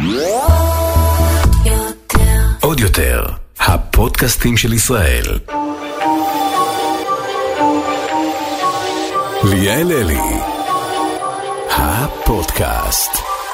עוד יותר, הפודקאסטים של ישראל. ליאל אלי, הפודקאסט.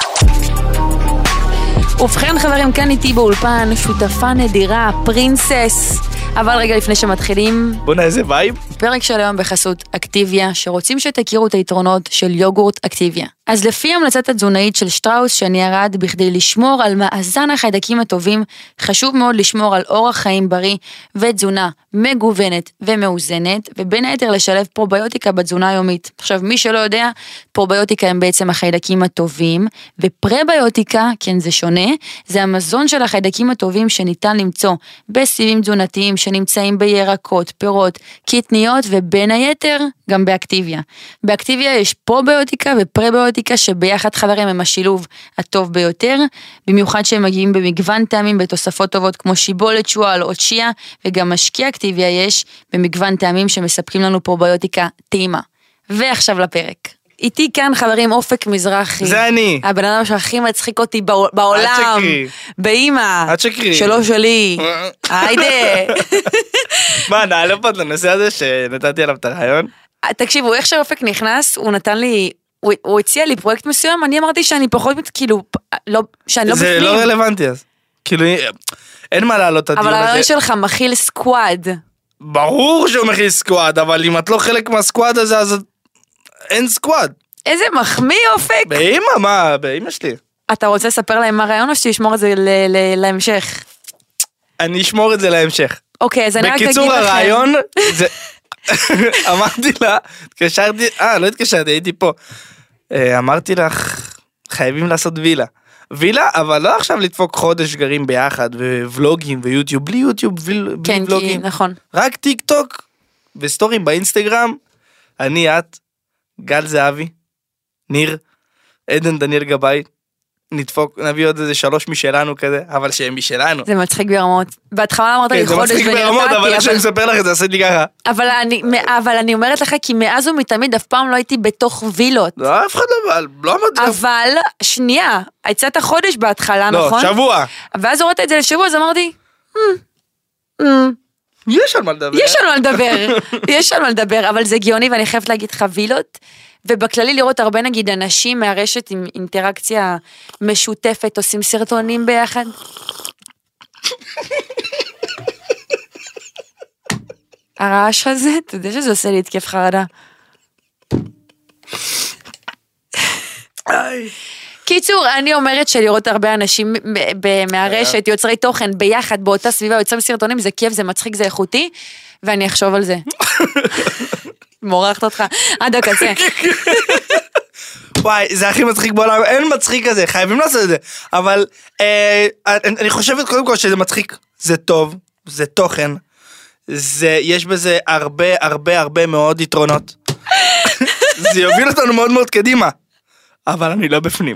ובכן חברים, כאן איתי באולפן שותפה נדירה, פרינסס. אבל רגע לפני שמתחילים, בוא'נה, איזה וייב. פרק של היום בחסות אקטיביה, שרוצים שתכירו את היתרונות של יוגורט אקטיביה. אז לפי המלצת התזונאית של שטראוס שאני ארד, בכדי לשמור על מאזן החיידקים הטובים, חשוב מאוד לשמור על אורח חיים בריא ותזונה מגוונת ומאוזנת, ובין היתר לשלב פרוביוטיקה בתזונה היומית. עכשיו, מי שלא יודע, פרוביוטיקה הם בעצם החיידקים הטובים, ופרביוטיקה, כן זה שונה, זה המזון של החיידקים הטובים שניתן למצוא בסביבים תזונתיים שנמצאים בירקות, פירות, קטניות, ובין היתר גם באקטיביה. באקטיביה יש פרוביוטיקה ופרביוטיקה שביחד חברים הם השילוב הטוב ביותר, במיוחד שהם מגיעים במגוון טעמים בתוספות טובות כמו שיבולת, שועל או צ'יה, וגם משקיע אקטיביה יש במגוון טעמים שמספקים לנו פרוביוטיקה טעימה. ועכשיו לפרק. איתי כאן חברים אופק מזרחי. זה אני. הבן אדם שהכי מצחיק אותי בעולם. באמא. את שקרי. שלא שלי. היידה. מה, נעלה פה את הנושא הזה שנתתי עליו את הרעיון? תקשיבו, איך שאופק נכנס, הוא נתן לי, הוא הציע לי פרויקט מסוים, אני אמרתי שאני פחות, כאילו, שאני לא בפנים. זה לא רלוונטי אז. כאילו, אין מה לעלות את הדיון הזה. אבל הרעיון שלך מכיל סקואד. ברור שהוא מכיל סקואד, אבל אם את לא חלק מהסקואד הזה, אז אין סקואד. איזה מחמיא אופק. באמא, מה? באמא שלי. אתה רוצה לספר להם מה הרעיון או שתשמור את זה להמשך? אני אשמור את זה להמשך. אוקיי, אז אני רק אגיד לכם. בקיצור הרעיון, זה... אמרתי לה, התקשרתי, לא התקשרתי, הייתי פה. אמרתי לך, חייבים לעשות וילה, אבל לא עכשיו לדפוק חודש גרים ביחד, וולוגים ויוטיוב, בלי יוטיוב, בלי כן, ולוגים. כן, נכון. רק טיק טוק, וסטורים באינסטגרם, אני, את, גל זהבי, ניר, עדן דניאל גבאי, נדפוק, נביא עוד איזה 3 משלנו כזה, אבל שהם משלנו. זה מצחיק ברמות. בהתחלה אמרת לי חודש ונרתעתי. זה מצחיק ברמות, אבל איך שאני מספר לך את זה, עשית לי ככה. אבל אני אומרת לך, כי מאז ומתמיד אף פעם לא הייתי בתוך וילות. לא, אף אחד לא אמרתי. אבל, שנייה, יצאת חודש בהתחלה, נכון? לא, שבוע. ואז הורדת את זה לשבוע, אז אמרתי, יש על מה לדבר. יש על מה לדבר, אבל זה גאוני, ואני חייבת להגיד לך וילות, ובכללי לראות הרבה נגיד אנשים מהרשת עם אינטראקציה משותפת, עושים סרטונים ביחד. הרעש הזה, אתה יודע שזה עושה לי התקף חרדה. קיצור, אני אומרת שלראות הרבה אנשים מהרשת, יוצרי תוכן ביחד, באותה סביבה, יוצרים סרטונים, זה כיף, זה מצחיק, זה איכותי, ואני אחשוב על זה. מורחת אותך, עד הקצה. וואי, זה הכי מצחיק בעולם, אין מצחיק כזה, חייבים לעשות את זה, אבל אני חושבת קודם כל שזה מצחיק, זה טוב, זה תוכן, יש בזה הרבה מאוד יתרונות, זה יוביל אותנו מאוד מאוד קדימה, אבל אני לא בפנים.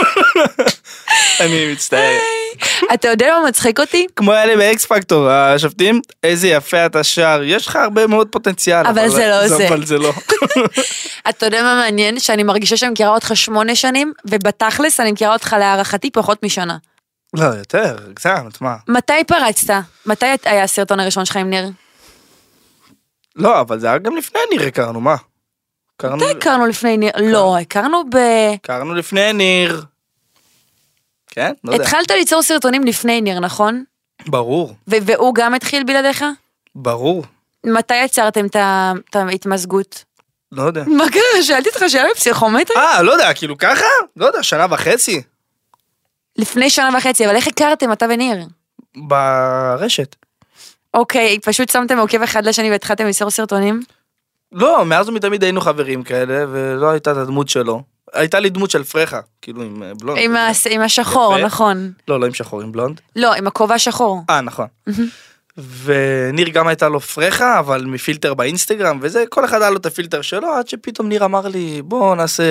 אני מצטער. אתה יודע מה מצחיק אותי? כמו אלה באקס פקטור, השופטים, איזה יפה אתה שר, יש לך הרבה מאוד פוטנציאל. אבל זה לא זה. אבל זה לא. אתה יודע מה מעניין? שאני מרגישה שאני מכירה אותך 8 שנים, ובתכלס אני מכירה אותך להערכתי פחות משנה. לא, יותר, קצת, מה? מתי פרצת? מתי היה הסרטון הראשון שלך עם ניר? לא, אבל זה היה גם לפני ניר הכרנו, מה? מתי הכרנו לפני ניר? לא, הכרנו לפני ניר. כן? לא יודע. התחלת ליצור סרטונים לפני ניר, נכון? ברור. והוא גם התחיל בלעדיך? ברור. מתי יצרתם את ההתמזגות? לא יודע. מה קרה? שאלתי אותך שאלה בפסיכומטרי? לא יודע, כאילו ככה? לא יודע, 1.5 שנה. לפני 1.5 שנה, אבל איך הכרתם אתה וניר? ברשת. אוקיי, פשוט שמתם עוקב אחד לשני והתחלתם ליצור סרטונים? לא, מאז ומתמיד היינו חברים כאלה, ולא הייתה את הדמות שלו. הייתה לי דמות של פרחה, כאילו עם בלונד. עם השחור, נכון. לא עם שחור, עם בלונד. לא, עם הכובע השחור. נכון. וניר גם הייתה לו פרחה, אבל מפילטר באינסטגרם, וזה, כל אחד היה לו את הפילטר שלו, עד שפתאום ניר אמר לי, בוא נעשה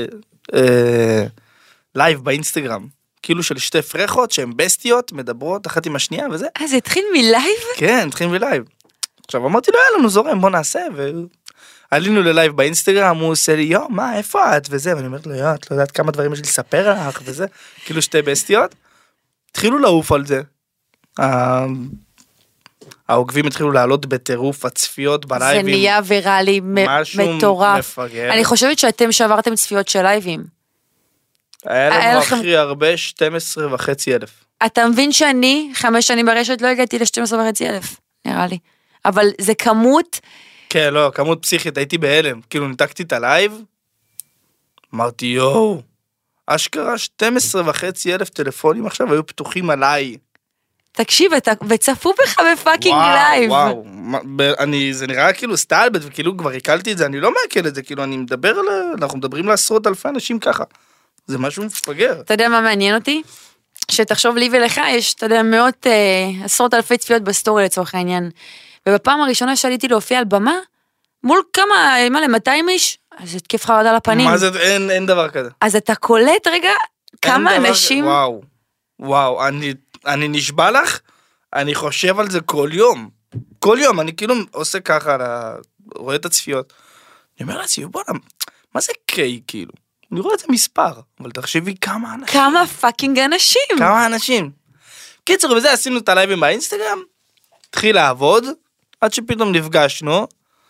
לייב באינסטגרם. כאילו של 2 פרחות שהן בסטיות, מדברות אחת עם השנייה וזה. זה התחיל מלייב? כן, התחיל מלייב. עכשיו אמרתי לו, היה לנו זורם, בוא נעשה, עלינו ללייב באינסטגרם, הוא עושה לי, יו, מה, איפה את? וזה, ואני אומרת לו, יו, את לא יודעת כמה דברים יש לי לספר לך, וזה, כאילו שתי בסטיות. התחילו לעוף על זה. העוקבים התחילו לעלות בטירוף, הצפיות בלייבים. זה נהיה ויראלי מטורף. מפגר. אני חושבת שאתם שברתם צפיות של לייבים. היה לנו הכי הרבה 12,500. אתה מבין שאני 5 שנים ברשת לא הגעתי ל-12,500, נראה לי. אבל זה כמות... כן, לא, כמות פסיכית, הייתי בהלם. כאילו ניתקתי את הלייב, אמרתי, יואו, אשכרה 12,500 טלפונים עכשיו היו פתוחים עליי. תקשיב, וצפו בך בפאקינג לייב. וואו, זה נראה כאילו סטלבט, וכאילו כבר הקלתי את זה, אני לא מעכל את זה, כאילו אנחנו מדברים לעשרות אלפי אנשים ככה. זה משהו מפגר. אתה יודע מה מעניין אותי? שתחשוב לי ולך, יש, אתה יודע, עשרות אלפי צפיות בסטורי לצורך העניין. ובפעם הראשונה שעליתי להופיע על במה, מול כמה, מה, 200 איש? אז התקף חרדה לפנים. מה זה, אין דבר כזה. אז אתה קולט רגע כמה אנשים... וואו, אני נשבע לך, אני חושב על זה כל יום. כל יום, אני כאילו עושה ככה, רואה את הצפיות. אני אומר לעצמי, בוא'נה, מה זה קיי, כאילו? אני רואה את זה מספר, אבל תחשבי כמה אנשים. כמה פאקינג אנשים. כמה אנשים. קיצור, בזה עשינו את הלייבים באינסטגרם, התחיל לעבוד, עד שפתאום נפגשנו,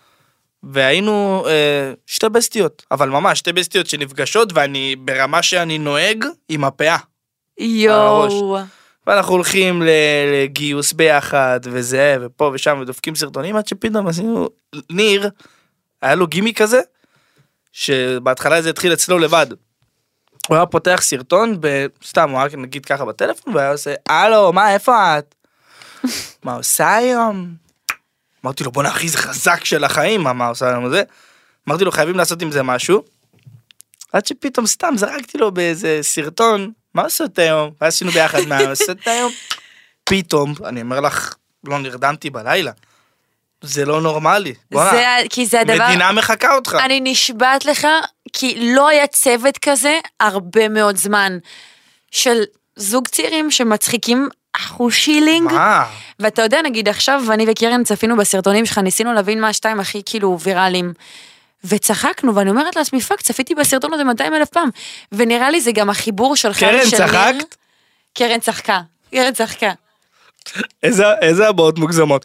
והיינו שתי בסטיות, אבל ממש שתי בסטיות שנפגשות, ואני ברמה שאני נוהג עם הפאה. יואו. ואנחנו הולכים לגיוס ביחד, וזה, ופה ושם, ודופקים סרטונים, עד שפתאום עשינו, ניר, היה לו גימי כזה, שבהתחלה זה התחיל אצלו לבד. הוא היה פותח סרטון, סתם, הוא היה נגיד ככה בטלפון, והיה עושה, הלו, מה, איפה את? מה עושה היום? אמרתי לו, בוא נכריז חזק של החיים, מה עושה היום הזה? אמרתי לו, חייבים לעשות עם זה משהו. עד שפתאום סתם זרקתי לו באיזה סרטון, מה עושה את היום? ועשינו ביחד, מה עושה את היום? פתאום, אני אומר לך, לא נרדמתי בלילה. זה לא נורמלי. כי זה הדבר... מדינה מחכה אותך. אני נשבעת לך, כי לא היה צוות כזה הרבה מאוד זמן, של זוג צעירים שמצחיקים אחושילינג. מה? ואתה יודע, נגיד עכשיו, ואני וקרן צפינו בסרטונים שלך, ניסינו להבין מה השתיים הכי כאילו ויראליים. וצחקנו, ואני אומרת לעצמי, פאק, צפיתי בסרטון הזה 200,000 פעם, ונראה לי זה גם החיבור של חיים של ניר. קרן, צחקת? קרן צחקה. איזה הבאות מוגזמות.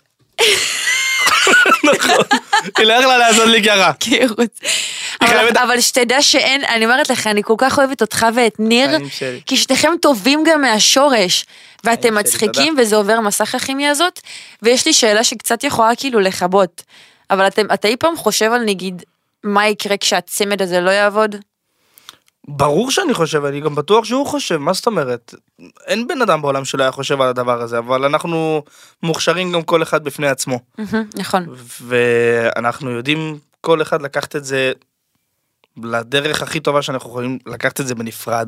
נכון, היא לא יכלה לעשות לי ככה. אבל שתדע שאין, אני אומרת לך, אני כל כך אוהבת אותך ואת ניר, כי שתיכם טובים גם מהשורש, ואתם מצחיקים, וזה עובר מסך הכימיה הזאת, ויש לי שאלה שקצת יכולה כאילו לחבות, אבל אתה אי פעם חושב על נגיד, מה יקרה כשהצמד הזה לא יעבוד? ברור שאני חושב, אני גם בטוח שהוא חושב, מה זאת אומרת? אין בן אדם בעולם שלא היה חושב על הדבר הזה, אבל אנחנו מוכשרים גם כל אחד בפני עצמו. נכון. ואנחנו יודעים כל אחד לקחת את זה לדרך הכי טובה שאנחנו יכולים לקחת את זה בנפרד,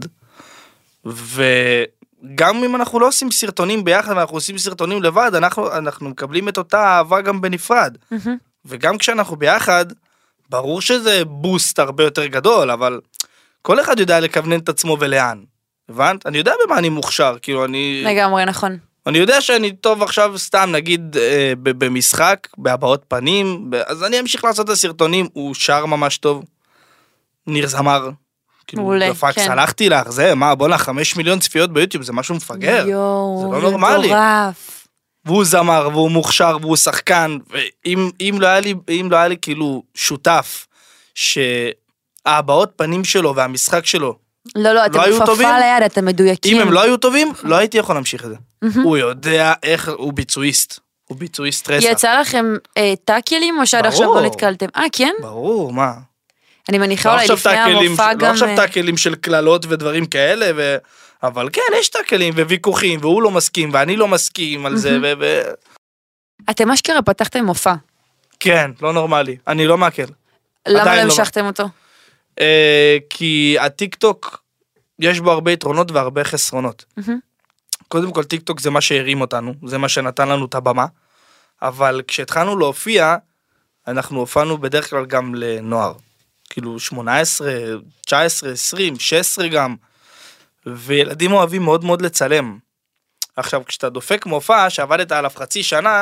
וגם אם אנחנו לא עושים סרטונים ביחד, אנחנו עושים סרטונים לבד, אנחנו מקבלים את אותה אהבה גם בנפרד. וגם כשאנחנו ביחד, ברור שזה בוסט הרבה יותר גדול, אבל כל אחד יודע לכוונן את עצמו ולאן. הבנת? אני יודע במה אני מוכשר, כאילו אני... לגמרי, נכון. אני יודע שאני טוב עכשיו סתם, נגיד, במשחק, בהבעות פנים, אז אני אמשיך לעשות את הסרטונים, הוא שר ממש טוב. ניר זמר. מעולה, בפאקס, הלכתי לך, זה, מה, בוא 5 מיליון צפיות ביוטיוב, זה משהו מפגר. יואו, זה לא נורמלי. מטורף. והוא זמר, והוא מוכשר, והוא שחקן, ואם לא היה לי כאילו שותף, שההבעות פנים שלו והמשחק שלו, לא, אתם כפפה ליד, אתם מדויקים. אם הם לא היו טובים, לא הייתי יכול להמשיך את זה. הוא יודע איך, הוא ביצועיסט. הוא ביצועיסט רסע. יצא לכם טאקלים, או שעד עכשיו לא נתקלתם? כן? ברור, מה? אני מניחה אולי לפני המופע גם... לא עכשיו טאקלים של כללות ודברים כאלה, אבל כן, יש טאקלים וויכוחים, והוא לא מסכים, ואני לא מסכים על זה, אתם אשכרה פתחתם מופע. כן, לא נורמלי. אני לא מעכל. למה לא המשכתם אותו? כי הטיקטוק, יש בו הרבה יתרונות והרבה חסרונות. קודם כל, טיקטוק זה מה שהרים אותנו, זה מה שנתן לנו את הבמה, אבל כשהתחלנו להופיע, אנחנו הופענו בדרך כלל גם לנוער. כאילו 18, 19, 20, 16 גם, וילדים אוהבים מאוד מאוד לצלם. עכשיו, כשאתה דופק מופע שעבדת עליו חצי שנה,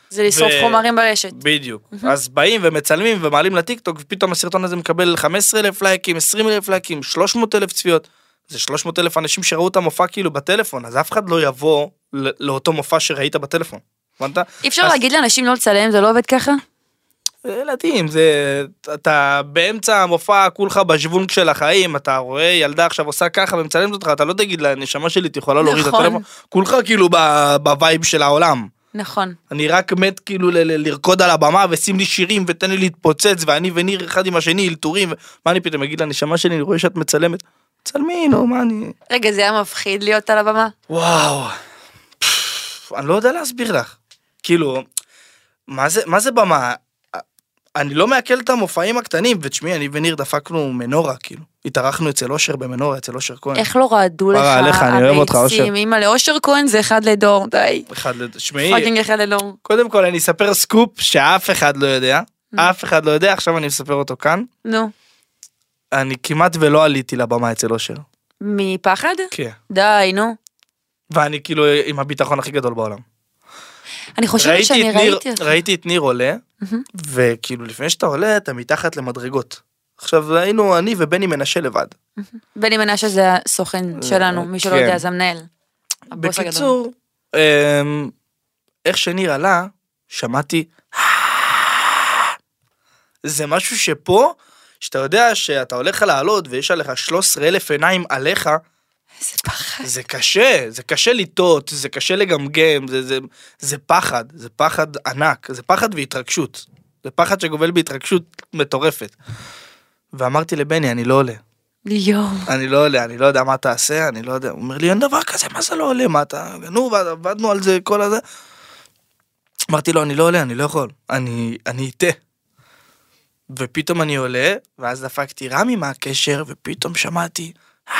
זה לשרוף חומרים ברשת. בדיוק. אז באים ומצלמים ומעלים לטיקטוק, ופתאום הסרטון הזה מקבל 15,000 לייקים, 20,000 לייקים, 300,000 צפיות. זה 300,000 אנשים שראו את המופע כאילו בטלפון, אז אף אחד לא יבוא לאותו מופע שראית בטלפון. הבנת? אי אפשר להגיד לאנשים לא לצלם, זה לא עובד ככה? ילדים, אתה באמצע המופע, כולך בשוונג של החיים, אתה רואה ילדה עכשיו עושה ככה ומצלמת אותך, אתה לא תגיד לה, נשמה שלי, תיכולה להוריד את הטלפון, כולך כאילו בווייב של העולם. נכון. אני רק מת כאילו לרקוד על הבמה, ושים לי שירים, ותן לי להתפוצץ, ואני וניר אחד עם השני, אלתורים, מה אני פתאום אגיד לה, נשמה שלי, אני רואה שאת מצלמת, צלמי, נו, מה אני... רגע, זה היה מפחיד להיות על הבמה? וואו, אני לא יודע להסביר לך. כאילו, מה זה במה? אני לא מעכל את המופעים הקטנים, ותשמעי, אני וניר דפקנו מנורה, כאילו. התארחנו אצל אושר במנורה, אצל אושר כהן. איך לא רעדו לך אני אוהב אותך, אושר. אמא לאושר כהן זה אחד לדור, די. שמעי, פאקינג אחד לדור. קודם כל אני אספר סקופ שאף אחד לא יודע, אף אחד לא יודע, עכשיו אני אספר אותו כאן. נו. אני כמעט ולא עליתי לבמה אצל אושר. מפחד? כן. די, נו. ואני כאילו עם הביטחון הכי גדול בעולם. אני חושבת שאני ראיתי אותך. ראיתי את ניר עולה, וכאילו לפני שאתה עולה, אתה מתחת למדרגות. עכשיו היינו אני ובני מנשה לבד. בני מנשה זה הסוכן שלנו, מי שלא יודע, זה המנהל. בקיצור, איך שניר עלה, שמעתי, זה משהו שפה, שאתה יודע שאתה הולך לעלות, ויש עליך 13,000 עיניים עליך, איזה פחד. זה קשה לטעות, זה קשה לגמגם, זה פחד ענק, זה פחד והתרגשות. זה פחד שגובל בהתרגשות מטורפת. ואמרתי לבני, אני לא עולה. אני לא עולה, אני לא יודע מה תעשה, אני לא יודע. הוא אומר לי, אין דבר כזה, מה זה לא עולה? מה אתה... נו, עבדנו על זה, כל הזה. אמרתי לו, אני לא עולה, אני לא יכול. אני איתה. ופתאום אני עולה, ואז דפקתי רמי מהקשר, ופתאום שמעתי...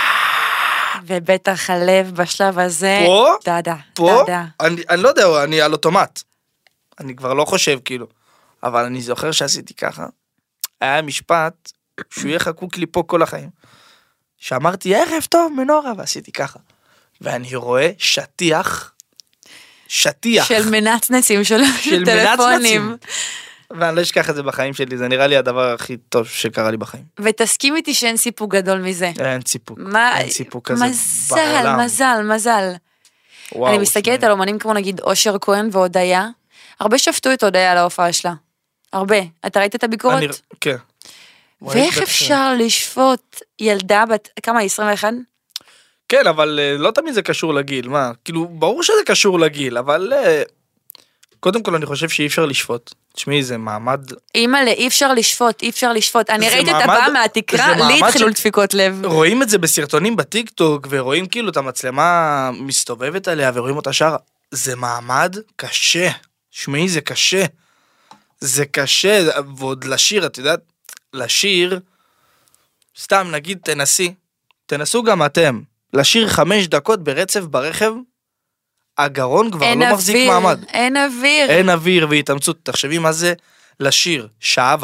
ובטח הלב בשלב הזה, דדה. אני לא יודע, אני על אוטומט. אני כבר לא חושב כאילו. אבל אני זוכר שעשיתי ככה. היה משפט שהוא יהיה חקוק לי פה כל החיים. שאמרתי, ערב טוב מנורה, ועשיתי ככה. ואני רואה שטיח. של מנצנצים, של טלפונים. ואני לא אשכח את זה בחיים שלי, זה נראה לי הדבר הכי טוב שקרה לי בחיים. ותסכים איתי שאין סיפוק גדול מזה. אין סיפוק כזה בעולם. מזל. אני מסתכלת על אומנים כמו נגיד אושר כהן והודיה, הרבה שפטו את הודיה על ההופעה שלה. הרבה. אתה ראית את הביקורת? כן. ואיך אפשר לשפוט ילדה בת, כמה, 21? כן, אבל לא תמיד זה קשור לגיל, מה? כאילו, ברור שזה קשור לגיל, אבל... קודם כל אני חושב שאי אפשר לשפוט. תשמעי, זה מעמד... אימא'לה, אי אפשר לשפוט. אני ראיתי את הבאה מהתקרה, לי התחילו דפיקות לב. רואים את זה בסרטונים בטיקטוק, ורואים כאילו את המצלמה מסתובבת עליה, ורואים אותה שרה. זה מעמד קשה. תשמעי, זה קשה. זה קשה, ועוד לשיר, את יודעת, לשיר, סתם נגיד תנסו גם אתם, לשיר 5 דקות ברצף ברכב, הגרון כבר לא מחזיק מעמד. אין אוויר והתאמצות. תחשבי מה זה לשיר 1.5 שעות,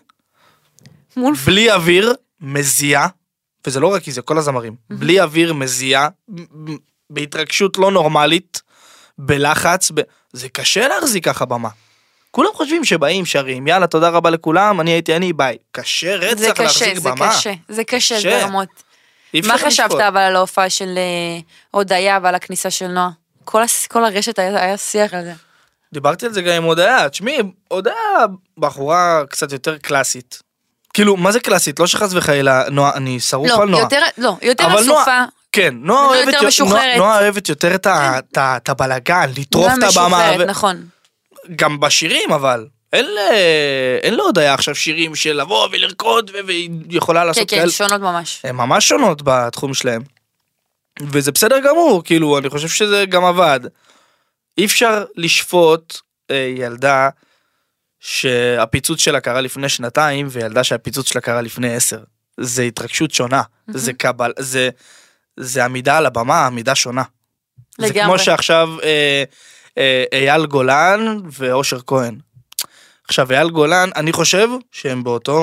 בלי אוויר, מזיע, וזה לא רק כי זה כל הזמרים, בלי אוויר מזיע, בהתרגשות לא נורמלית, בלחץ, זה קשה להחזיק ככה במה. כולם חושבים שבאים, שרים, יאללה, תודה רבה לכולם, אני ביי. קשה רצח להחזיק במה. זה קשה, זה ברמות. מה חשבת אבל על ההופעה של הודיה ועל הכניסה של נועה? כל הרשת היה שיח על זה. דיברתי על זה גם עם הודיה, תשמעי, הודיה בחורה קצת יותר קלאסית. כאילו, מה זה קלאסית? לא שחס וחלילה, נועה, אני שרוף על נועה. יותר אסופה. כן, נועה אוהבת יותר את הבלגן, לטרוף את הבמה. נועה משוחררת, נכון. גם בשירים, אבל. אין לו הודיה עכשיו שירים של לבוא ולרקוד, והיא יכולה לעשות כאלה. כן, שונות ממש. הן ממש שונות בתחום שלהם. וזה בסדר גמור, כאילו, אני חושב שזה גם עבד. אי אפשר לשפוט ילדה שהפיצוץ שלה קרה לפני 2, וילדה שהפיצוץ שלה קרה לפני 10. זה התרגשות שונה. זה קבל, זה עמידה על הבמה, עמידה שונה. לגמרי. זה כמו שעכשיו אייל גולן ואושר כהן. עכשיו, אייל גולן, אני חושב שהם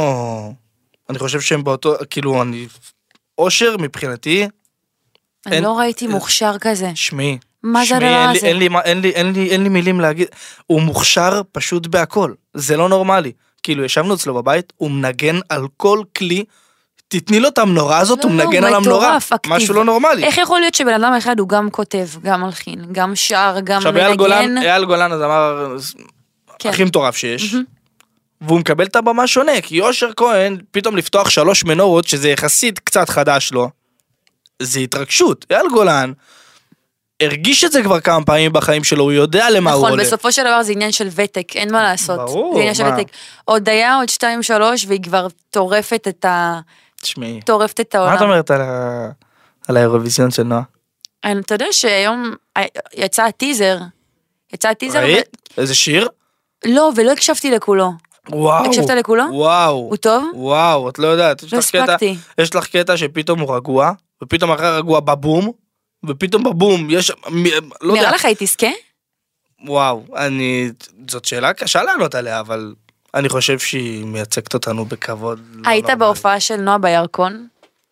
באותו, כאילו, אושר מבחינתי, אני לא ראיתי מוכשר כזה. שמי. מה זה הדבר הזה? אין לי מילים להגיד, הוא מוכשר פשוט בהכל, זה לא נורמלי. כאילו, ישבנו אצלו בבית, הוא מנגן על כל כלי, תתני לו את המנורה הזאת, הוא מנגן על המנורה, משהו לא נורמלי. איך יכול להיות שבן אדם אחד הוא גם כותב, גם מלחין, גם שר, גם מנגן? עכשיו, אייל גולן אז אמר, הכי מטורף שיש, והוא מקבל את הבמה שונה, כי אושר כהן, פתאום לפתוח 3 מנורות, שזה יחסית קצת חדש לו, זה התרגשות. אייל גולן הרגיש את זה כבר כמה פעמים בחיים שלו, הוא יודע למה הוא עולה. נכון, בסופו של דבר זה עניין של ותק, אין מה לעשות. ברור, זה עניין של ותק. עוד היה עוד 2-3, והיא כבר טורפת את תשמעי. טורפת את העולם. מה את אומרת על האירוויזיון של נועה? אתה יודע שהיום יצא הטיזר. ראית? איזה שיר? לא, ולא הקשבתי לכולו. וואו. הקשבת לכולו? וואו. הוא טוב? וואו, את לא יודעת. לא הספקתי. יש לך קטע שפתאום הוא רגוע, ופתאום אחרי רגוע בבום, ופתאום בבום יש... לא יודע. נראה לך היא תזכה? וואו, זאת שאלה קשה לענות עליה, אבל אני חושב שהיא מייצגת אותנו בכבוד. היית בהופעה של נועה בירקון?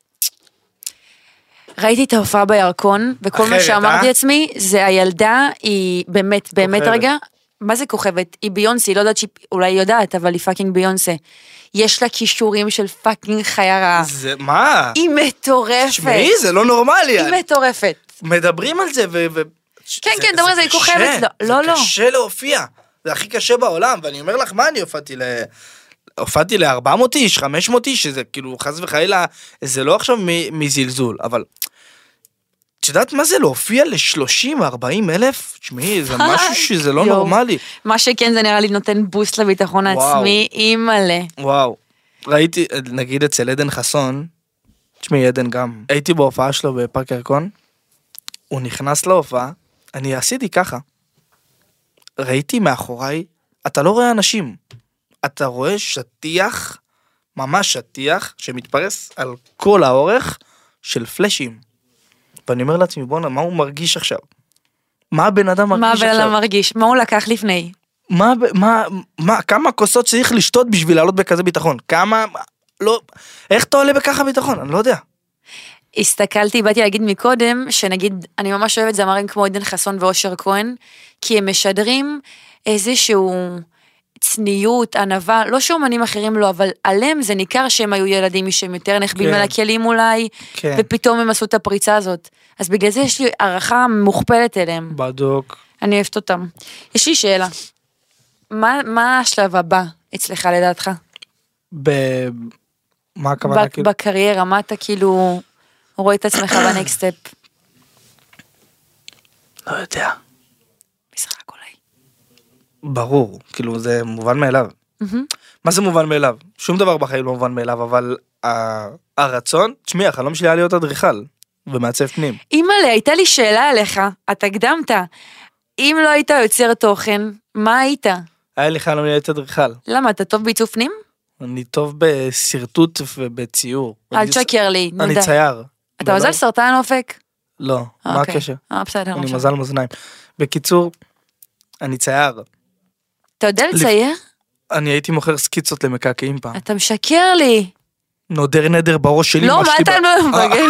ראיתי את ההופעה בירקון, וכל מה שאמרתי לעצמי, זה הילדה, היא באמת רגע, מה זה כוכבת? היא ביונסה, היא לא יודעת שהיא, אולי היא יודעת, אבל היא פאקינג ביונסה. יש לה כישורים של פאקינג חיירה. זה, מה? היא מטורפת. שמעי, זה לא נורמלי. היא מטורפת. מדברים על זה, כן, דברים על זה, היא כוכבת. לא. זה קשה להופיע. זה הכי קשה בעולם, ואני אומר לך, מה אני הופעתי ל-400 איש, 500 איש, שזה כאילו חס וחלילה, זה לא עכשיו מזלזול, אבל את יודעת מה זה להופיע ל-30-40 אלף? תשמעי, זה משהו שזה לא נורמלי. מה שכן זה נראה לי נותן בוסט לביטחון העצמי, אימאלה. וואו, ראיתי, נגיד אצל עדן חסון, תשמעי עדן גם, הייתי בהופעה שלו בפארק ירקון, הוא נכנס להופעה, אני עשיתי ככה, ראיתי מאחוריי, אתה לא רואה אנשים, אתה רואה שטיח, ממש שטיח, שמתפרס על כל האורך של פלשים. ואני אומר לעצמי, בוא'נה, מה הוא מרגיש עכשיו? מה הבן אדם מרגיש עכשיו? מה הבן אדם מרגיש? מה הוא לקח לפני? כמה כוסות צריך לשתות בשביל לעלות בכזה ביטחון? כמה, לא, איך אתה עולה בככה ביטחון? אני לא יודע. באתי להגיד מקודם, שנגיד, אני ממש אוהבת זמרים כמו עדן חסון ואושר כהן, כי הם משדרים איזשהו צניות, ענווה, לא שאומנים אחרים לא, אבל עליהם זה ניכר שהם היו ילדים שהם יותר נחבים על הכלים אולי, ופתאום הם עשו את הפריצה הזאת. אז בגלל זה יש לי הערכה מוכפלת אליהם. בדוק. אני אוהבת אותם. יש לי שאלה, מה השלב הבא אצלך לדעתך? מה הכוונה? בקריירה, מה אתה כאילו רואה את עצמך בנקסט סטפ? לא יודע. משחק אולי. ברור, כאילו זה מובן מאליו. מה זה מובן מאליו? שום דבר בחיים לא מובן מאליו, אבל הרצון, תשמעי, החלום שלי היה להיות אדריכל ומעצב פנים. אימא'לה, הייתה לי שאלה עליך, אתה הקדמת. אם לא היית יוצר תוכן, מה היית? היה לי חלום להיות אדריכל. למה, אתה טוב בעיצוב פנים? אני טוב בסרטוט ובציור. אל תשקר לי, נו די. אני צייר. אתה מזל סרטן אופק? לא, מה הקשר? בסדר. אני מזל מאזניים. בקיצור, אני צייר. אתה יודע לצייר? אני הייתי מוכר סקיצות למקעקעים פעם. אתה משקר לי. נודר נדר בראש שלי. לא, מה אתה לא מבגר?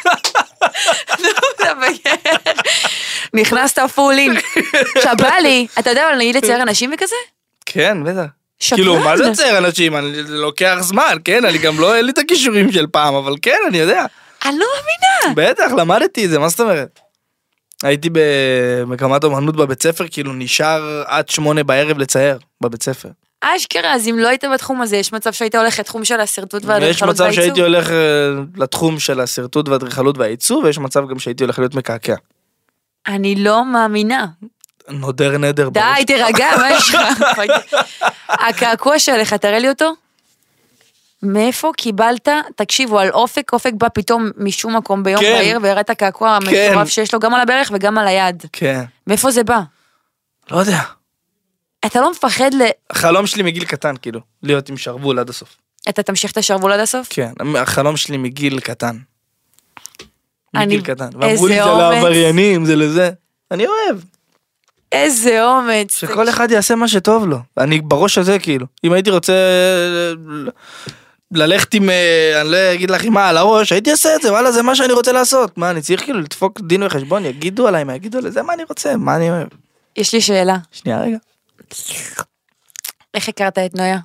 לא מבגר. נכנסת פולין. שבא לי, אתה יודע אבל נגיד לצייר אנשים וכזה? כן, בטח. שקרן. כאילו, מה זה לצייר אנשים? אני לוקח זמן, כן? אני גם לא, אין לי את הכישורים של פעם, אבל כן, אני יודע. אני לא מבינה. בטח, למדתי את זה, מה זאת אומרת? הייתי במגמת אומנות בבית ספר, כאילו נשאר עד 8 בערב לצייר בבית ספר. אשכרה, אז אם לא היית בתחום הזה, יש מצב שהיית הולך לתחום של הסרטוט והאדריכלות והעיצוב? יש מצב שהייתי הולך לתחום של הסרטוט והאדריכלות והעיצוב, ויש מצב גם שהייתי הולך להיות מקעקע. אני לא מאמינה. נודר נדר. די, תירגע, מה יש לך? הקעקוע שלך, תראה לי אותו? מאיפה קיבלת, תקשיבו, על אופק, אופק בא פתאום משום מקום ביום בהיר, והראה את הקעקוע המטורף שיש לו גם על הברך וגם על היד. כן. מאיפה זה בא? לא יודע. אתה לא מפחד החלום שלי מגיל קטן, כאילו, להיות עם שרוול עד הסוף. אתה תמשיך את השרוול עד הסוף? כן, החלום שלי מגיל קטן. מגיל קטן. ואמרו לי, זה לעבריינים, זה לזה. אני אוהב. איזה אומץ. שכל אחד יעשה מה שטוב לו. אני בראש הזה, כאילו. אם הייתי רוצה ללכת עם, אני לא אגיד לך עם מה על הראש, הייתי עושה את זה, וואלה, זה מה שאני רוצה לעשות. מה, אני צריך כאילו לדפוק דין וחשבון, יגידו עליי, מה יגידו עליי, זה מה אני רוצה, מה אני אוהב. יש לי שאלה. שנייה רגע. איך הכרת את נויה?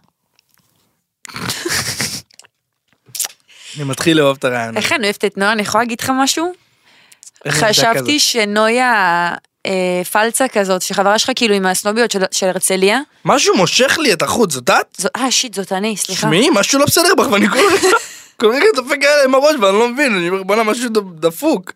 אני מתחיל לאהוב את הרעיון. איך אני אוהבת את נויה? אני יכולה להגיד לך משהו? איך נבדק חשבתי כזה? שנויה פלצה כזאת, שחברה שלך כאילו עם הסנוביות של הרצליה. משהו מושך לי את החוץ, זאת את? שיט, זאת אני, סליחה. שמי, משהו לא בסדר בך, ואני כל רגע דופק עליי עם הראש, ואני לא מבין, אני אומר, בוא'נה, משהו דפוק.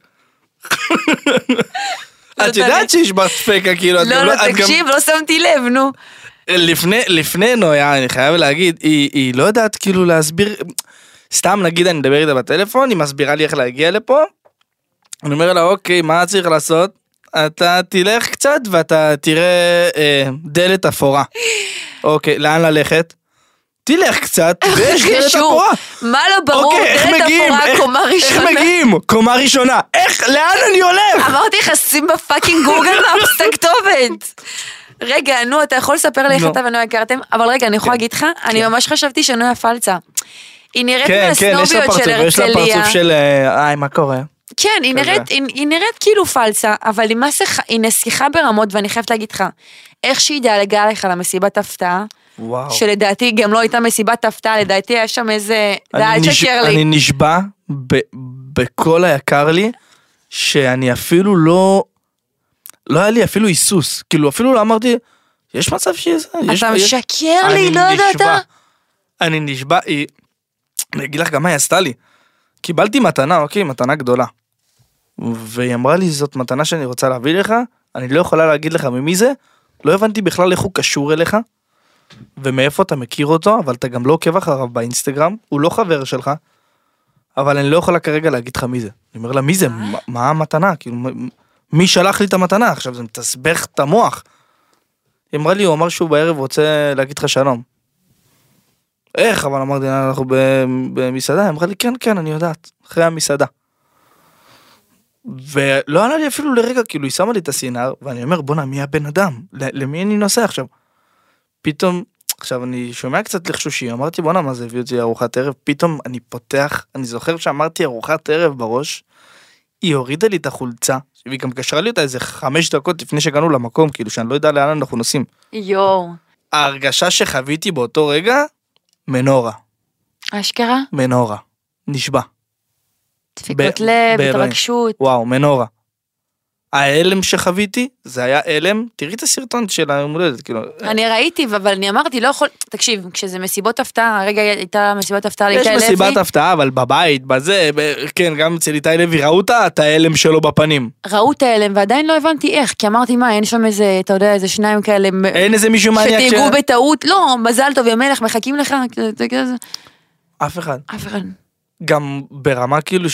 את יודעת שיש בה דפקה, כאילו, את לא, גם לא, את גם... תקשיב, לא שמתי לב, נו. לפני נויה, אני חייב להגיד, היא לא יודעת כאילו להסביר, סתם נגיד אני מדבר איתה בטלפון, היא מסבירה לי איך להגיע לפה, אני אומר לה, אוקיי, מה צריך לעשות? אתה תלך קצת ואתה תראה דלת אפורה. אוקיי, לאן ללכת? תלך קצת, ויש דלת אפורה. מה לא ברור, אוקיי, איך דלת מגיעים? אפורה, קומה ראשונה. איך מגיעים? קומה ראשונה. איך, לאן אני הולך? אמרתי לך, שים בפאקינג גוגל מאפס את הכתובת. רגע, נו, אתה יכול לספר לי איך אתה ונויה הכרתם? אבל רגע, אני יכולה להגיד לך, אני ממש חשבתי שנויה פלצה. היא נראית מהסנוביות של הרצליה. יש לה פרצוף של, מה קורה? כן, היא נראית כאילו פלצה, אבל היא נסיכה ברמות, ואני חייבת להגיד לך, איך שהיא דאגה עליך למסיבת הפתעה, שלדעתי גם לא הייתה מסיבת הפתעה, לדעתי היה שם איזה, אל תשקר לי. אני נשבע בכל היקר לי, שאני אפילו לא היה לי אפילו היסוס, כאילו אפילו לא אמרתי, יש מצב שיהיה זה? אתה משקר לי, לא יודעת? אני נשבע, אני אגיד לך גם מה היא עשתה לי, קיבלתי מתנה, אוקיי, מתנה גדולה, והיא אמרה לי, זאת מתנה שאני רוצה להביא לך, אני לא יכולה להגיד לך ממי זה, לא הבנתי בכלל איך הוא קשור אליך, ומאיפה אתה מכיר אותו, אבל אתה גם לא עוקב אחריו באינסטגרם, הוא לא חבר שלך, אבל אני לא יכולה כרגע להגיד לך מי זה. אני אומר לה, מי זה? מה המתנה? כאילו, מי שלח לי את המתנה? עכשיו זה מתסבך את המוח. היא אמרה לי, הוא אמר שהוא בערב רוצה להגיד לך שלום. איך? אבל אמרתי, אנחנו במסעדה. היא אמרה לי, כן, כן, אני יודעת. אחרי המסעדה. ולא עלה לי אפילו לרגע, כאילו, היא שמה לי את הסינר, ואני אומר, בונה, מי הבן אדם? למי אני נוסע עכשיו? פתאום, עכשיו אני שומע קצת לחשושי, אמרתי, בונה, מה זה הביא אותי ארוחת ערב? פתאום אני פותח, אני זוכר שאמרתי ארוחת ערב בראש, היא הורידה לי את החולצה, והיא גם קשרה לי אותה איזה 5 דקות לפני שהגענו למקום, כאילו שאני לא יודע לאן אנחנו נוסעים. יואו. ההרגשה שחוויתי באותו רגע, מנורה. אשכרה? מנורה. נשבע. דפיקות לב, התרגשות. וואו, מנורה. ההלם שחוויתי, זה היה הלם, תראי את הסרטון של המולדת, כאילו. אני ראיתי, אבל אני אמרתי, לא יכול, תקשיב, כשזה מסיבות הפתעה, הרגע הייתה מסיבות הפתעה לאיתי לוי. יש מסיבת הפתעה, אבל בבית, בזה, כן, גם אצל איתי לוי, ראו את ההלם שלו בפנים. ראו את ההלם, ועדיין לא הבנתי איך, כי אמרתי, מה, אין שם איזה, אתה יודע, איזה 2 כאלה, אין איזה מישהו מעניין שתיגעו בטעות, לא, מזל טוב, ימלך, מחכים לך, אף אחד. אף אחד. גם ברמה כאילו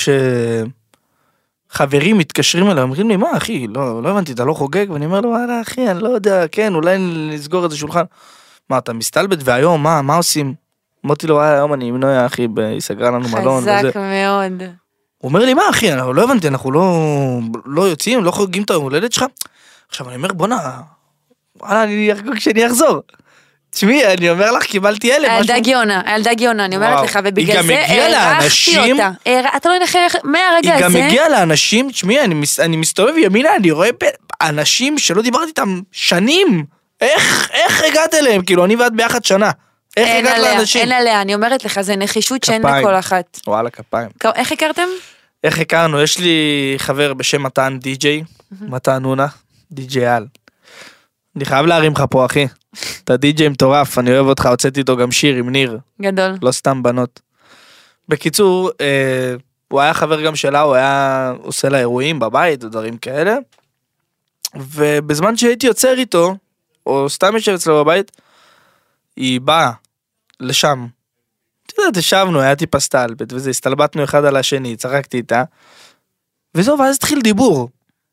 חברים מתקשרים אליי, אומרים לי, מה אחי, לא הבנתי, אתה לא חוגג? ואני אומר לו, וואלה אחי, אני לא יודע, כן, אולי נסגור איזה שולחן. מה, אתה מסתלבט והיום, מה עושים? אמרתי לו, היום אני עם נויה אחי, היא סגרה לנו מלון. חזק מאוד. הוא אומר לי, מה אחי, אני לא הבנתי, אנחנו לא יוצאים, לא חוגגים את היום הולדת שלך? עכשיו אני אומר, בונה, וואלה, אני אחגוג כשאני אחזור. תשמעי, אני אומר לך, קיבלתי הלם. הילדה גאונה, אני אומרת לך, ובגלל זה הערכתי אותה. אתה לא יודע איך, מהרגע הזה... היא גם הגיעה לאנשים, תשמעי, אני מסתובב ימינה, אני רואה אנשים שלא דיברתי איתם שנים. איך הגעת אליהם? כאילו, אני ואת ביחד שנה. איך הגעת לאנשים? אין עליה, אני אומרת לך, זה נחישות שאין בכל אחת. וואלה, כפיים. איך הכרתם? איך הכרנו? יש לי חבר בשם מתן די-ג'יי, מתן נונה, די-ג'יי על. אני חייב להרים לך פה, אחי. אתה די-ג'יי מטורף, אני אוהב אותך, הוצאתי איתו גם שיר עם ניר. גדול. לא סתם בנות. בקיצור, הוא היה חבר גם שלה, הוא היה עושה לה אירועים בבית, ודברים כאלה. ובזמן שהייתי יוצר איתו, או סתם יושב אצלו בבית, היא באה לשם. אתה יודע, תשבנו, היה טיפה סטלבט, וזה, הסתלבטנו אחד על השני, צחקתי איתה. וזהו, ואז התחיל דיבור.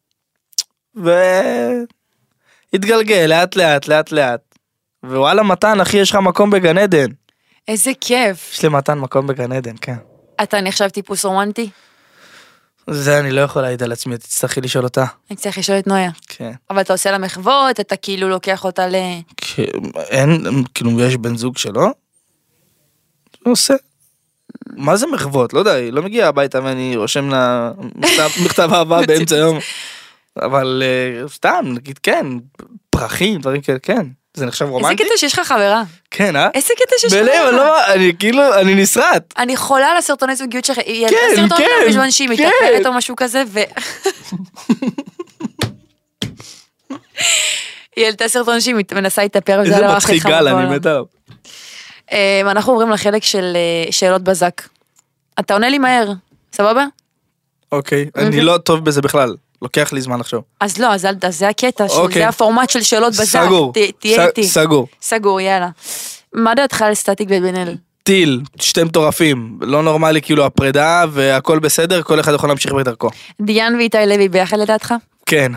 התגלגל, לאט לאט. ווואלה מתן, אחי, יש לך מקום בגן עדן. איזה כיף. יש לי מתן מקום בגן עדן, כן. אתה נחשב טיפוס רומנטי? זה אני לא יכול להעיד על עצמי, תצטרכי לשאול אותה. אני צריך לשאול את נויה. כן. אבל אתה עושה לה מחוות, אתה כאילו לוקח אותה אין, כאילו יש בן זוג שלו? הוא עושה. מה זה מחוות? לא יודע, היא לא מגיעה הביתה ואני רושם לה מכתב אהבה באמצע היום. אבל סתם, נגיד כן, פרחים, דברים כאלה, כן. זה נחשב רומנטי? איזה קטע שיש לך חברה. כן, איזה קטע שיש לך בלב, חברה. אני כאילו, אני נסרט. אני חולה על הסרטוני זוגיות שלך, היא כן, ילדה סרטון כן, בזמן שהיא כן. מתאפרת או משהו כזה, היא העלתה סרטון שהיא מנסה להתאפר, וזה איזה הדבר הכי מצחיק חמור גל, אני בעולם. מת עליו. אנחנו עוברים לחלק של שאלות בזק. אתה עונה לי מהר, סבבה? אוקיי, אני לא טוב בזה בכלל. לוקח לי זמן לחשוב. אז לא, אז זה הקטע, אוקיי. זה הפורמט של שאלות בזק. סגור. תהיה איתי. סגור. סגור, יאללה. מה דעתך על סטטיק ובן אל? טיל, שתי מטורפים. לא נורמלי כאילו הפרידה והכל בסדר, כל אחד יכול להמשיך בדרכו. דיאן ואיתי לוי ביחד לדעתך? כן.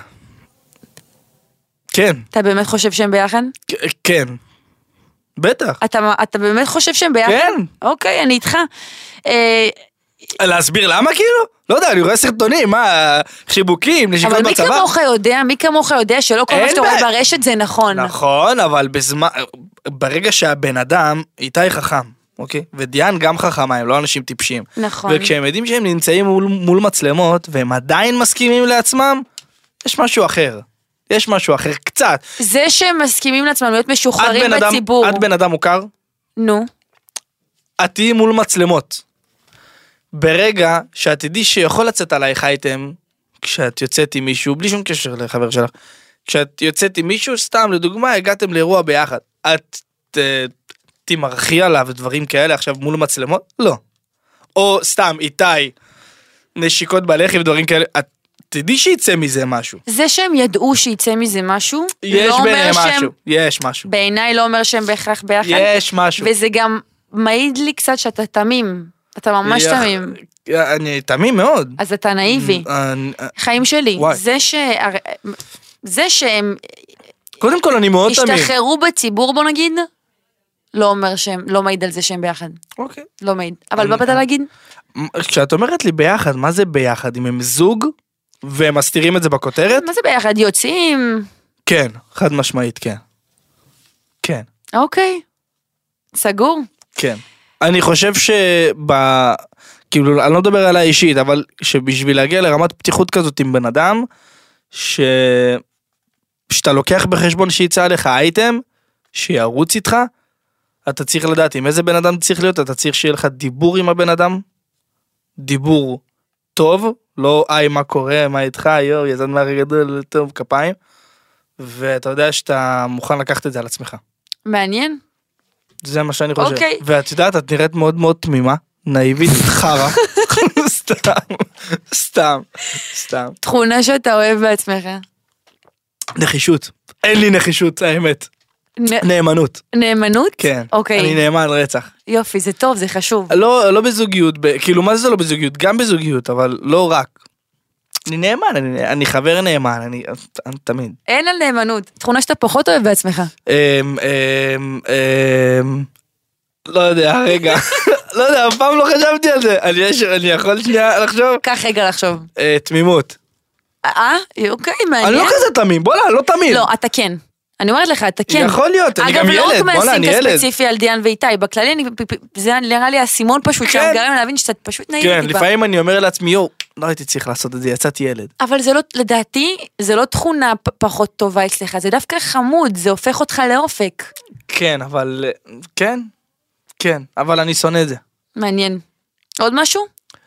כן. אתה באמת חושב שהם ביחד? כן. בטח. אתה באמת חושב שהם ביחד? כן. אוקיי, אני איתך. להסביר למה כאילו? לא יודע, אני רואה סרטונים, מה, חיבוקים, נשיקות אבל בצבא. מי כמוך יודע שלא כל מה שאתה רואה ברשת זה נכון. נכון, אבל ברגע שהבן אדם, איתי חכם, אוקיי? ודיאן גם חכמה, הם לא אנשים טיפשים. נכון. וכשהם יודעים שהם נמצאים מול מצלמות, והם עדיין מסכימים לעצמם, יש משהו אחר. יש משהו אחר, קצת. זה שהם מסכימים לעצמם להיות משוחררים בציבור. את בן אדם מוכר? נו. את תהיי מול מצלמות. ברגע שאת תדעי שיכול לצאת עלייך אייטם, כשאת יוצאת עם מישהו, בלי שום קשר לחבר שלך, כשאת יוצאת עם מישהו, סתם לדוגמה, הגעתם לאירוע ביחד, את תמרחי עליו ודברים כאלה עכשיו מול מצלמות? לא. או סתם איתי, נשיקות בלחי ודברים כאלה, את תדעי שיצא מזה משהו. זה שהם ידעו שיצא מזה משהו, יש ביניהם משהו, יש משהו. בעיניי לא אומר שהם בהכרח ביחד. יש משהו. וזה גם מעיד לי קצת שאתה תמים. אתה ממש תמים. אני תמים מאוד. אז אתה נאיבי. חיים שלי. זה שהם קודם כל אני מאוד תמים. השתחררו בציבור בוא נגיד, לא אומר שהם, לא מעיד על זה שהם ביחד. אוקיי. לא מעיד. אבל מה באת להגיד? כשאת אומרת לי ביחד, מה זה ביחד? אם הם זוג והם מסתירים את זה בכותרת? מה זה ביחד? יוצאים? כן, חד משמעית, כן. כן. אוקיי. סגור? כן. אני חושב כאילו, אני לא מדבר עליה אישית, אבל שבשביל להגיע לרמת פתיחות כזאת עם בן אדם, שאתה לוקח בחשבון שיצא עליך אייטם, שירוץ איתך, אתה צריך לדעת עם איזה בן אדם צריך להיות, אתה צריך שיהיה לך דיבור עם הבן אדם, דיבור טוב, לא מה קורה, מה איתך, יו, יזן מהרגדול, טוב, כפיים, ואתה יודע שאתה מוכן לקחת את זה על עצמך. מעניין. זה מה שאני חושב. אוקיי. ואת יודעת, את נראית מאוד מאוד תמימה, נאיבית, חרה. סתם. תכונה שאתה אוהב בעצמך. נחישות. אין לי נחישות, האמת. נאמנות. נאמנות? כן. אוקיי. אני נאמן רצח. יופי, זה טוב, זה חשוב. לא בזוגיות, כאילו מה זה לא בזוגיות? גם בזוגיות, אבל לא רק. אני נאמן, אני חבר נאמן, אני תמיד. אין על נאמנות, תכונה שאתה פחות אוהב בעצמך. לא יודע, רגע. לא יודע, אף פעם לא חשבתי על זה. אני יכול שנייה לחשוב? קח רגע לחשוב. תמימות. אוקיי, מעניין. אני לא כזה תמים, בוא לא תמים. לא, אתה כן. אני אומרת לך, אתה כן. יכול להיות, אני גם ילד, אגב, לא רק אני ילד. מהסינק הספציפי על דיאן ואיתי, בכללי זה נראה לי הסימון פשוט, שם גרם להבין שאתה פשוט נאיבי טיפה. כן, לפעמים אני אומר לעצמי, לא הייתי צריך לעשות את זה, יצאתי ילד. אבל זה לא, לדעתי, זה לא תכונה פחות טובה אצלך, זה דווקא חמוד, זה הופך אותך לאופק. כן, אבל, כן, אבל אני שונא את זה. מעניין. עוד משהו?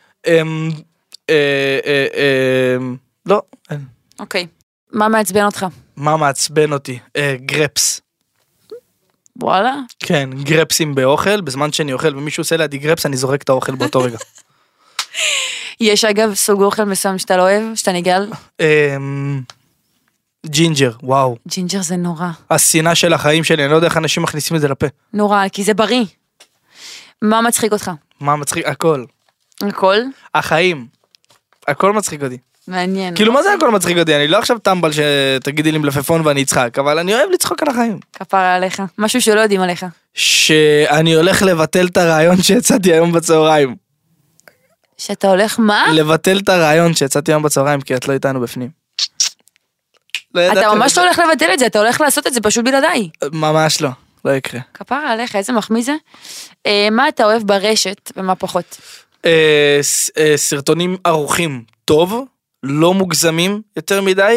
לא. אוקיי. מה מעצבן אותך? מה מעצבן אותי? גרפס. וואלה? כן, גרפסים באוכל, בזמן שאני אוכל ומישהו עושה לידי גרפס, אני זורק את האוכל באותו רגע. יש אגב סוג אוכל מסוים שאתה לא אוהב, שאתה נגעל? ג'ינג'ר, וואו. ג'ינג'ר זה נורא. השנאה של החיים שלי, אני לא יודע איך אנשים מכניסים את זה לפה. נורא, כי זה בריא. מה מצחיק אותך? מה מצחיק? הכל. הכל? החיים. הכל מצחיק אותי. מעניין. כאילו מה זה הכל מצחיק אותי? אני לא עכשיו טמבל שתגידי לי מלפפון ואני אצחק, אבל אני אוהב לצחוק על החיים. כפרה עליך. משהו שלא יודעים עליך. שאני הולך לבטל את הרעיון שיצאתי היום בצהריים. שאתה הולך מה? לבטל את הרעיון שיצאתי היום בצהריים, כי את לא איתנו בפנים. אתה ממש לא הולך לבטל את זה, אתה הולך לעשות את זה פשוט בלעדיי. ממש לא. לא יקרה. כפרה עליך, איזה מחמיא זה. מה אתה אוהב ברשת ומה פחות? סרטונים ערוכים טוב, לא מוגזמים יותר מדי,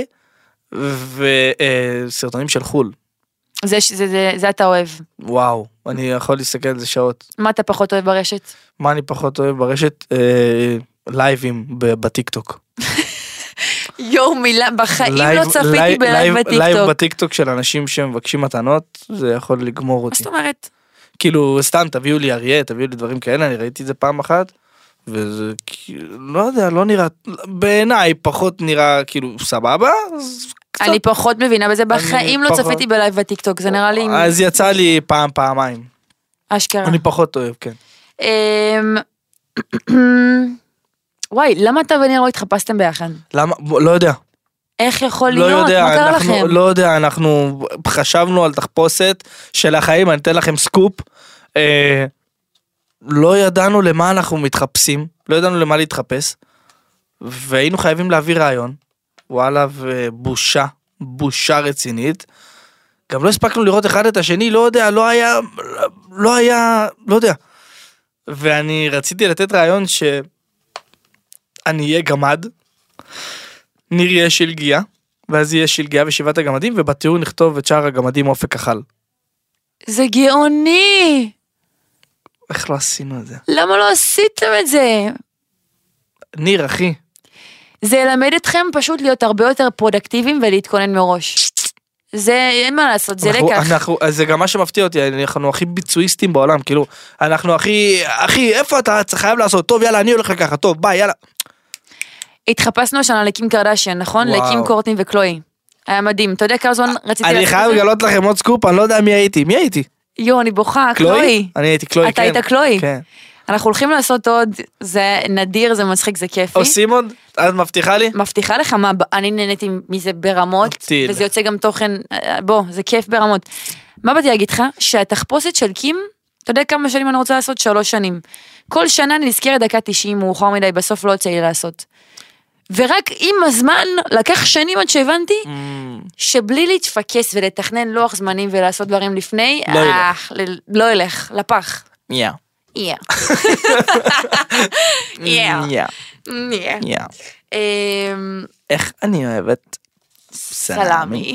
וסרטונים של חול. זה אתה אוהב. וואו, אני יכול להסתכל על זה שעות. מה אתה פחות אוהב ברשת? מה אני פחות אוהב ברשת? לייבים בטיקטוק. יואו, מילה, בחיים לא צפיתי בלייב בטיקטוק. לייב בטיקטוק של אנשים שמבקשים מתנות, זה יכול לגמור אותי. מה זאת אומרת? כאילו, סתם, תביאו לי אריה, תביאו לי דברים כאלה, אני ראיתי את זה פעם אחת, וזה, לא יודע, לא נראה, בעיניי פחות נראה, כאילו, סבבה, אני פחות מבינה בזה, בחיים לא צפיתי בלייב בטיקטוק, זה נראה לי... אז יצא לי פעמיים. אשכרה. אני פחות אוהב, כן. וואי, למה אתה וניר לא התחפשתם ביחד? למה? לא יודע. איך יכול להיות? מה קרה לכם? לא יודע, אנחנו חשבנו על תחפושת של החיים, אני אתן לכם סקופ. לא ידענו למה אנחנו מתחפשים, לא ידענו למה להתחפש, והיינו חייבים להביא רעיון. וואלה, בושה רצינית. גם לא הספקנו לראות אחד את השני, לא יודע, לא היה, לא יודע. ואני רציתי לתת רעיון שאני אהיה גמד, ניר יהיה שלגיה, ואז יהיה שלגיה ושבעת הגמדים, ובתיאור נכתוב את שאר הגמדים אופק אכל. זה גאוני! איך לא עשינו את זה? למה לא עשיתם את זה? ניר, אחי. זה ילמד אתכם פשוט להיות הרבה יותר פרודקטיביים ולהתכונן מראש. זה, אין מה לעשות, זה לקח. זה גם מה שמפתיע אותי, אנחנו הכי ביצועיסטים בעולם, כאילו, אנחנו הכי, איפה אתה חייב לעשות? טוב, יאללה, אני הולך לקחת, טוב, ביי, יאללה. התחפשנו השנה לקים קרדשיין, נכון? לקים קורטני וקלוי. היה מדהים, אתה יודע כמה זמן רציתי... אני חייב לגלות לכם עוד סקופ, אני לא יודע מי הייתי. מי הייתי? יו, אני בוכה, קלוי. אני הייתי קלוי, כן. אתה היית קלוי? כן. אנחנו הולכים לעשות עוד, זה נדיר, זה מצחיק, זה כיפי. עושים עוד? את מבטיחה לי? מבטיחה לך מה, אני נהניתי מזה ברמות, וזה יוצא גם תוכן, בוא, זה כיף ברמות. מה באתי להגיד לך? שהתחפושת של קים, אתה יודע כמה שנים אני רוצה לעשות? 3 שנים. כל שנה אני נזכרת דקה 90, מאוחר מדי, בסוף לא יוצא לי לעשות. ורק עם הזמן, לקח שנים עד שהבנתי, שבלי להתפקס ולתכנן לוח זמנים ולעשות דברים לפני, לא ילך, לפח. איך אני אוהבת סלמי.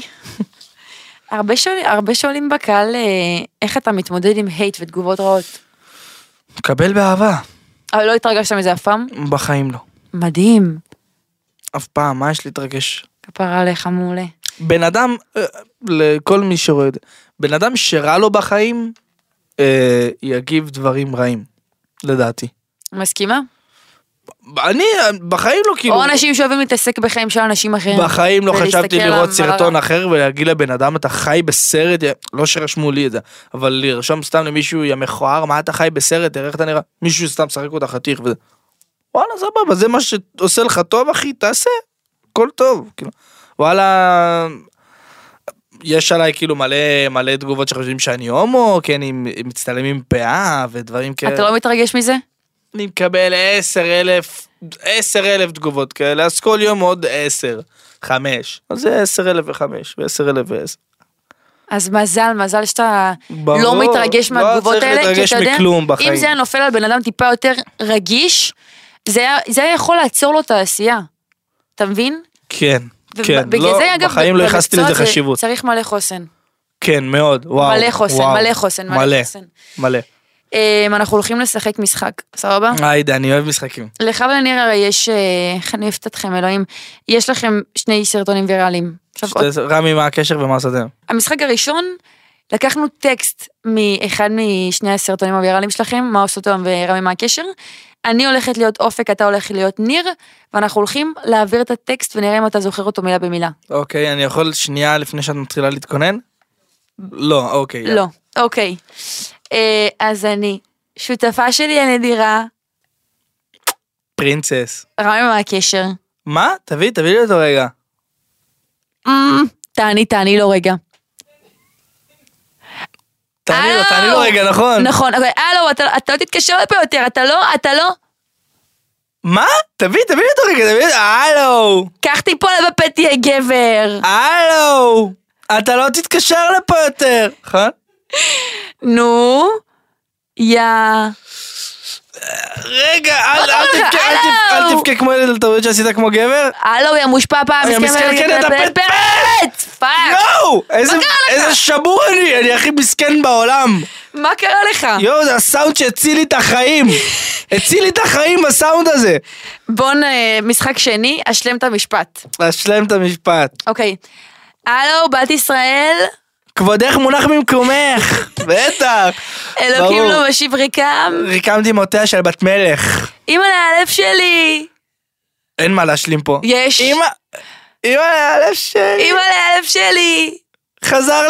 הרבה שואלים בקהל איך אתה מתמודד עם הייט ותגובות רעות. מקבל באהבה. אבל לא התרגשת מזה אף פעם? בחיים לא. מדהים. אף פעם, מה יש להתרגש? כפרה עליך מעולה. בן אדם, לכל מי שרואה את זה, בן אדם שרע לו בחיים, יגיב דברים רעים, לדעתי. מסכימה? אני בחיים לא כאילו... או אנשים שאוהבים להתעסק בחיים של אנשים אחרים. בחיים לא חשבתי לראות סרטון אחר ולהגיד לבן אדם אתה חי בסרט, לא שרשמו לי את זה, אבל לרשום סתם למישהו יא מכוער, מה אתה חי בסרט, איך אתה נראה, מישהו סתם שחק אותה חתיך וזה. וואלה סבבה, זה מה שעושה לך טוב אחי, תעשה, הכל טוב. וואלה, יש עליי כאילו מלא תגובות שחושבים שאני הומו, כי אני מצטלם עם פאה ודברים כאלה. אתה לא מתרגש מזה? אני מקבל 10,000 תגובות כאלה, אז כל יום עוד 5. אז זה 10,005 ו10,010. אז מזל שאתה לא מתרגש מהתגובות האלה, לא צריך להתרגש מכלום בחיים. אם זה היה נופל על בן אדם טיפה יותר רגיש, זה היה יכול לעצור לו את העשייה. אתה מבין? כן. בחיים לא יחסתי לזה חשיבות. צריך מלא חוסן. כן, מאוד, וואו. מלא חוסן. מלא. אנחנו הולכים לשחק משחק, סבבה? היידה, אני אוהב משחקים. לך ולניר הרי יש, איך אני אוהבת אתכם אלוהים, יש לכם 2 סרטונים ויראליים. רמי, מה הקשר ומה עשיתם? המשחק הראשון, לקחנו טקסט מאחד משני הסרטונים הוויראליים שלכם, מה עושה אותם ורמי מה הקשר. אני הולכת להיות אופק, אתה הולך להיות ניר, ואנחנו הולכים להעביר את הטקסט ונראה אם אתה זוכר אותו מילה במילה. אוקיי, אני יכול שנייה לפני שאת מתחילה להתכונן? לא, אוקיי. לא, אוקיי. אז אני, שותפה שלי הנדירה. פרינצס. רמי מה הקשר? מה? תביא לי אותו רגע. תעני לו רגע. תעני לו רגע, נכון. נכון, הלו, אתה לא תתקשר לפה יותר, אתה לא. מה? תביא לי אותו רגע, הלו. קח טיפול בפה תהיה גבר. הלו. אתה לא תתקשר לפה יותר, נכון? נו, רגע, אל תבכה כמו ילד על טעויות שעשית כמו גבר. הלו, יא מושפע פעם, מסכן, כן, אתה פט! פאק! יואו, איזה שבור אני הכי מסכן בעולם. מה קרה לך? יואו, זה הסאונד שהציל לי את החיים. הציל לי את החיים בסאונד הזה. בוא משחק שני, אשלם את המשפט. אשלם את המשפט. אוקיי. הלו, בת ישראל. כבודך מונח במקומך. בטח. אלוקים לא משיב ריקם. ריקם דמעותיה של בת מלך. אמא להלב שלי. אין מה להשלים פה. יש. אמא להלב שלי. אמא להלב שלי. חזר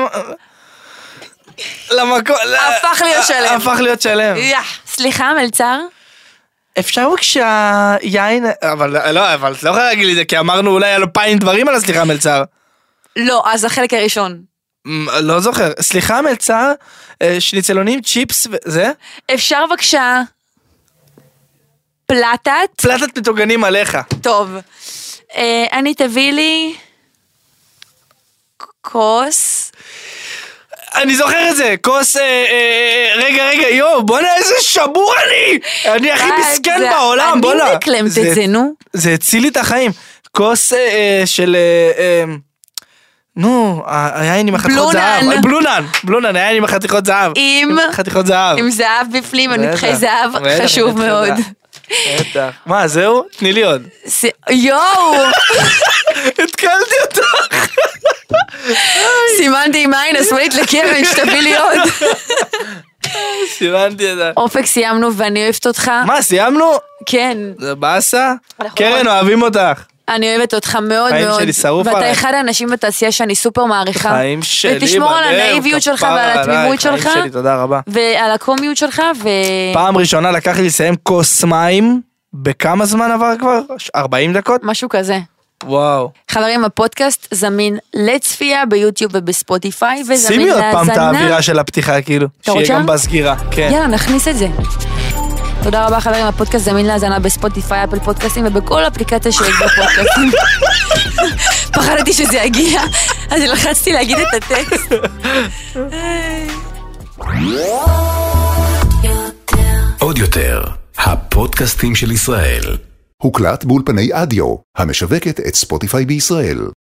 למקום. הפך להיות שלם. הפך להיות שלם. סליחה, מלצר? אפשר כשהיין... אבל לא יכולה להגיד לי זה, כי אמרנו אולי 2,000 דברים על הסליחה מלצר. לא, אז החלק הראשון. לא זוכר. סליחה מלצר, שניצלונים, צ'יפס וזה? אפשר בבקשה פלטת מטוגנים עליך. טוב. אני תביא לי כוס. אני זוכר את זה, כוס, רגע, יו, בוא'נה איזה שבור אני הכי מסכן בעולם, בוא'נה. אני מקלמת את זה, נו. זה הציל לי את החיים. כוס של, נו, היין עם החתיכות זהב. בלונן, היין עם החתיכות זהב. עם זהב בפנים, הנתחי זהב, חשוב מאוד. בטח. מה, זהו? תני לי עוד. יואו! התקלתי אותך. סימנתי עם העין השמאלית לקרן, שתביא לי עוד. סימנתי את זה. אופק, סיימנו ואני אוהבת אותך. מה, סיימנו? כן. זה באסה? קרן, אוהבים אותך. אני אוהבת אותך מאוד מאוד. חיים שלי שרוף עליי. ואתה אחד האנשים בתעשייה שאני סופר מעריכה. חיים שלי בלב. ותשמור על הנאיביות שלך ועל התמימות שלך. חיים שלי, תודה רבה. ועל הקומיות שלך. פעם ראשונה לקח לי לסיים כוס מים. בכמה זמן עבר כבר? 40 דקות? משהו כזה. וואו. חברים, הפודקאסט זמין לצפייה ביוטיוב ובספוטיפיי, וזמין שימי עוד פעם את להאזנה. האווירה של הפתיחה, כאילו. שיהיה גם בסגירה. כן. יאללה, נכניס את זה. תודה רבה חברים, הפודקאסט זמין להאזנה בספוטיפיי, אפל פודקאסטים ובכל אפליקציה שיש בפודקאסטים. פחדתי שזה יגיע, אז לחצתי להגיד את הטקסט. עוד יותר, הפודקאסטים של ישראל. הוקלט באולפני אדיו, המשווקת את ספוטיפיי בישראל.